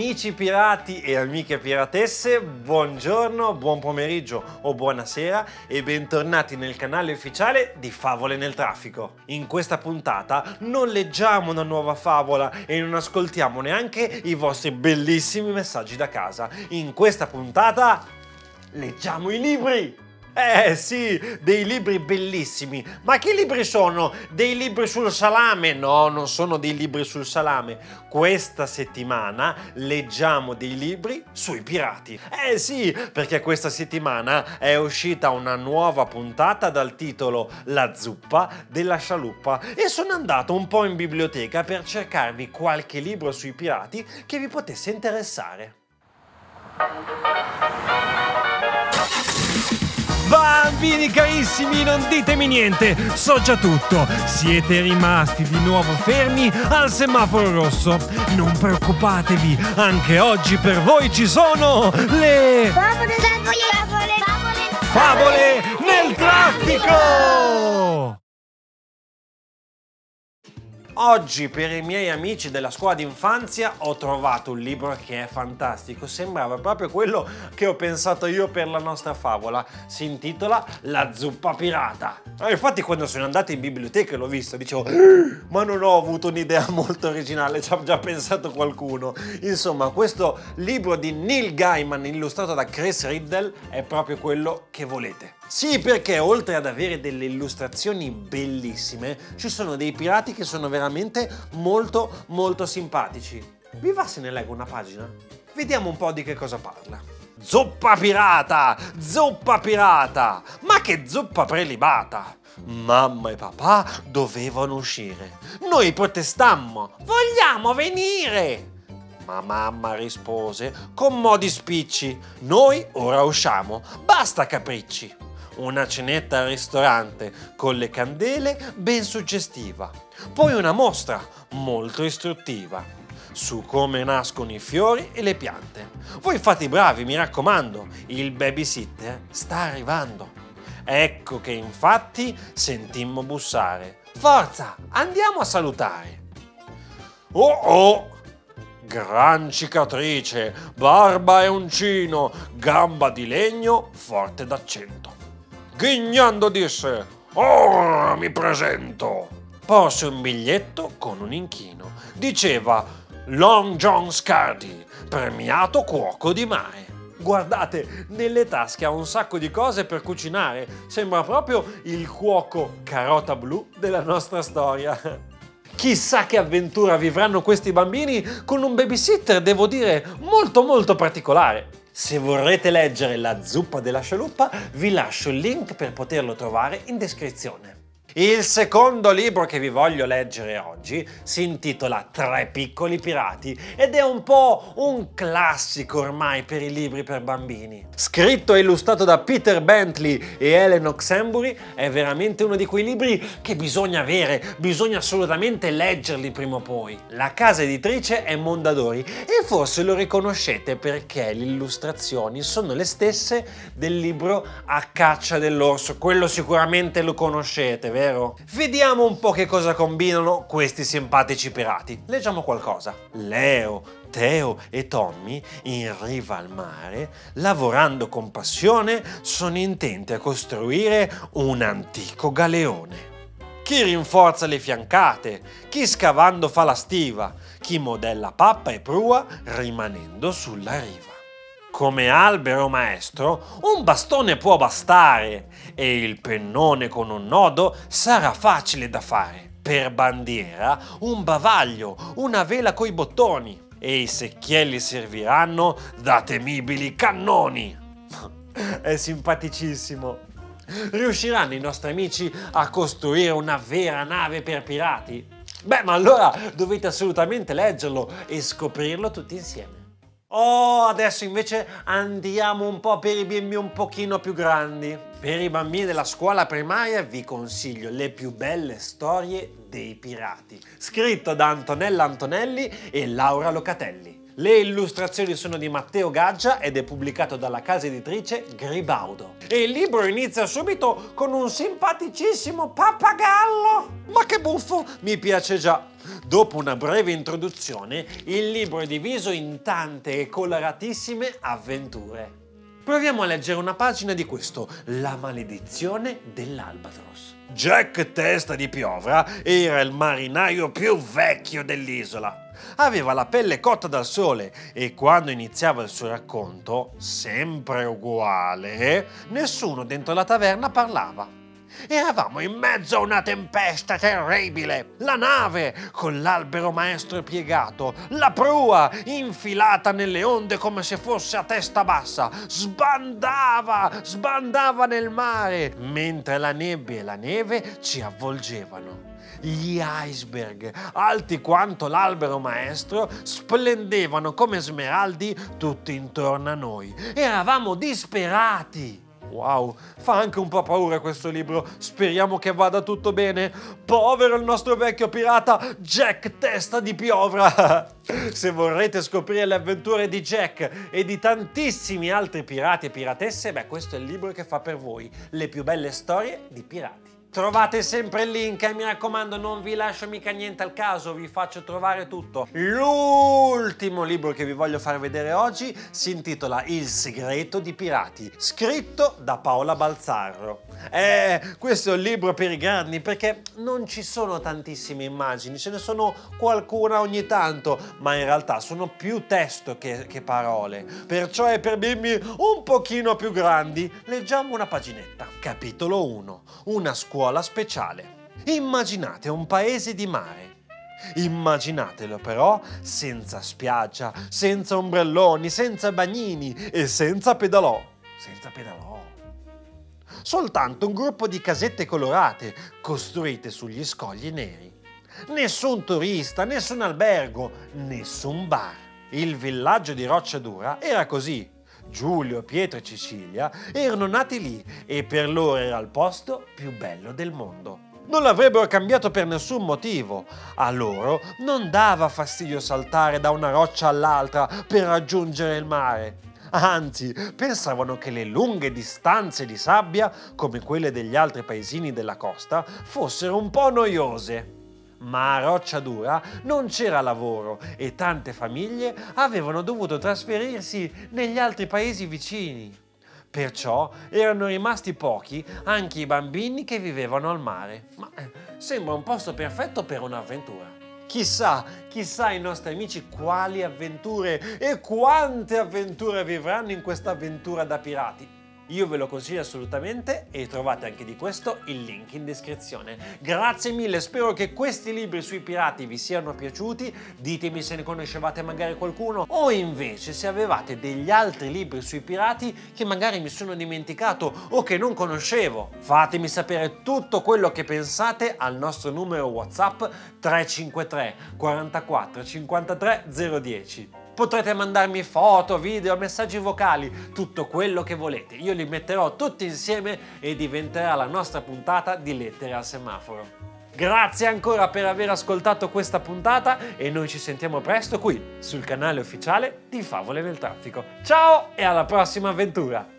Amici pirati e amiche piratesse, buongiorno, buon pomeriggio o buonasera e bentornati nel canale ufficiale di Favole nel Traffico. In questa puntata non leggiamo una nuova favola e non ascoltiamo neanche i vostri bellissimi messaggi da casa. In questa puntata leggiamo i libri! Sì, dei libri bellissimi. Ma che libri sono? Dei libri sul salame? No, non sono dei libri sul salame. Questa settimana leggiamo dei libri sui pirati. Sì, perché questa settimana è uscita una nuova puntata dal titolo La zuppa della scialuppa e sono andato un po' in biblioteca per cercarvi qualche libro sui pirati che vi potesse interessare. Bambini carissimi, non ditemi niente, so già tutto. Siete rimasti di nuovo fermi al semaforo rosso. Non preoccupatevi, anche oggi per voi ci sono le favole nel traffico! Oggi per i miei amici della scuola d'infanzia ho trovato un libro che è fantastico, sembrava proprio quello che ho pensato io per la nostra favola. Si intitola La zuppa pirata. Infatti quando sono andato in biblioteca e l'ho visto dicevo ma non ho avuto un'idea molto originale, ci ha già pensato qualcuno. Insomma, questo libro di Neil Gaiman illustrato da Chris Riddle è proprio quello che volete. Sì, perché oltre ad avere delle illustrazioni bellissime, ci sono dei pirati che sono veramente molto simpatici. Vi va se ne leggo una pagina? Vediamo un po' di che cosa parla. Zuppa pirata! Zuppa pirata! Ma che zuppa prelibata! Mamma e papà dovevano uscire. Noi protestammo. Vogliamo venire! Ma mamma rispose con modi spicci. Noi ora usciamo. Basta capricci. Una cenetta al ristorante con le candele ben suggestiva. Poi una mostra molto istruttiva su come nascono i fiori e le piante. Voi fate i bravi, mi raccomando, il babysitter sta arrivando. Ecco che infatti sentimmo bussare. Forza, andiamo a salutare. Oh! Gran cicatrice, barba e uncino, gamba di legno, forte d'accento. Ghignando disse: ora mi presento. Porse un biglietto con un inchino. Diceva: Long John Scardy, premiato cuoco di mare. Guardate, nelle tasche ha un sacco di cose per cucinare. Sembra proprio il cuoco carota blu della nostra storia. Chissà che avventura vivranno questi bambini con un babysitter, devo dire, molto particolare. Se vorrete leggere La zuppa della scialuppa, vi lascio il link per poterlo trovare in descrizione. Il secondo libro che vi voglio leggere oggi si intitola Tre piccoli pirati ed è un po' un classico ormai per i libri per bambini. Scritto e illustrato da Peter Bentley e Ellen Oxenbury, è veramente uno di quei libri che bisogna avere, bisogna assolutamente leggerli prima o poi. La casa editrice è Mondadori e forse lo riconoscete perché le illustrazioni sono le stesse del libro A caccia dell'orso, quello sicuramente lo conoscete, vero? Vediamo un po' che cosa combinano questi simpatici pirati. Leggiamo qualcosa. Leo, Teo e Tommy, in riva al mare, lavorando con passione, sono intenti a costruire un antico galeone. Chi rinforza le fiancate, chi scavando fa la stiva, chi modella pappa e prua rimanendo sulla riva. Come albero maestro, un bastone può bastare e il pennone con un nodo sarà facile da fare. Per bandiera, un bavaglio, una vela coi bottoni e i secchielli serviranno da temibili cannoni. È simpaticissimo. Riusciranno i nostri amici a costruire una vera nave per pirati? Beh, ma allora dovete assolutamente leggerlo e scoprirlo tutti insieme. Oh, adesso invece andiamo un po' per i bimbi un pochino più grandi. Per i bambini della scuola primaria vi consiglio Le più belle storie dei pirati, scritto da Antonella Antonelli e Laura Locatelli. Le illustrazioni sono di Matteo Gaggia ed è pubblicato dalla casa editrice Gribaudo. E il libro inizia subito con un simpaticissimo pappagallo. Ma che buffo! Mi piace già. Dopo una breve introduzione, il libro è diviso in tante e coloratissime avventure. Proviamo a leggere una pagina di questo, La maledizione dell'Albatros. Jack Testa di Piovra era il marinaio più vecchio dell'isola. Aveva la pelle cotta dal sole e quando iniziava il suo racconto, sempre uguale, nessuno dentro la taverna parlava. Eravamo in mezzo a una tempesta terribile. La nave, con l'albero maestro piegato, la prua, infilata nelle onde come se fosse a testa bassa, sbandava nel mare, mentre la nebbia e la neve ci avvolgevano. Gli iceberg, alti quanto l'albero maestro, splendevano come smeraldi tutto intorno a noi. Eravamo disperati. Wow, fa anche un po' paura questo libro, speriamo che vada tutto bene. Povero il nostro vecchio pirata Jack Testa di Piovra! Se vorrete scoprire le avventure di Jack e di tantissimi altri pirati e piratesse, beh, questo è il libro che fa per voi, le più belle storie di pirati. Trovate sempre il link e mi raccomando non vi lascio mica niente al caso, vi faccio trovare tutto. L'ultimo libro che vi voglio far vedere oggi si intitola Il segreto di pirati, scritto da Paola Balzarro. Questo è un libro per i grandi perché non ci sono tantissime immagini, ce ne sono qualcuna ogni tanto, ma in realtà sono più testo che parole. Perciò è per bimbi un pochino più grandi. Leggiamo una paginetta. Capitolo 1. Una scuola speciale. Immaginate un paese di mare. Immaginatelo però senza spiaggia, senza ombrelloni, senza bagnini e senza pedalò. Senza pedalò. Soltanto un gruppo di casette colorate costruite sugli scogli neri. Nessun turista, nessun albergo, nessun bar. Il villaggio di Rocciadura era così. Giulio, Pietro e Cecilia erano nati lì e per loro era il posto più bello del mondo. Non l'avrebbero cambiato per nessun motivo. A loro non dava fastidio saltare da una roccia all'altra per raggiungere il mare. Anzi, pensavano che le lunghe distanze di sabbia, come quelle degli altri paesini della costa, fossero un po' noiose. Ma a Rocciadura non c'era lavoro e tante famiglie avevano dovuto trasferirsi negli altri paesi vicini. Perciò erano rimasti pochi anche i bambini che vivevano al mare. Ma sembra un posto perfetto per un'avventura. Chissà i nostri amici quali avventure e quante avventure vivranno in questa avventura da pirati. Io ve lo consiglio assolutamente e trovate anche di questo il link in descrizione. Grazie mille, spero che questi libri sui pirati vi siano piaciuti, ditemi se ne conoscevate magari qualcuno o invece se avevate degli altri libri sui pirati che magari mi sono dimenticato o che non conoscevo. Fatemi sapere tutto quello che pensate al nostro numero WhatsApp 353 44 53 010. Potrete mandarmi foto, video, messaggi vocali, tutto quello che volete. Io li metterò tutti insieme e diventerà la nostra puntata di Lettere al Semaforo. Grazie ancora per aver ascoltato questa puntata e noi ci sentiamo presto qui sul canale ufficiale di Favole nel Traffico. Ciao e alla prossima avventura!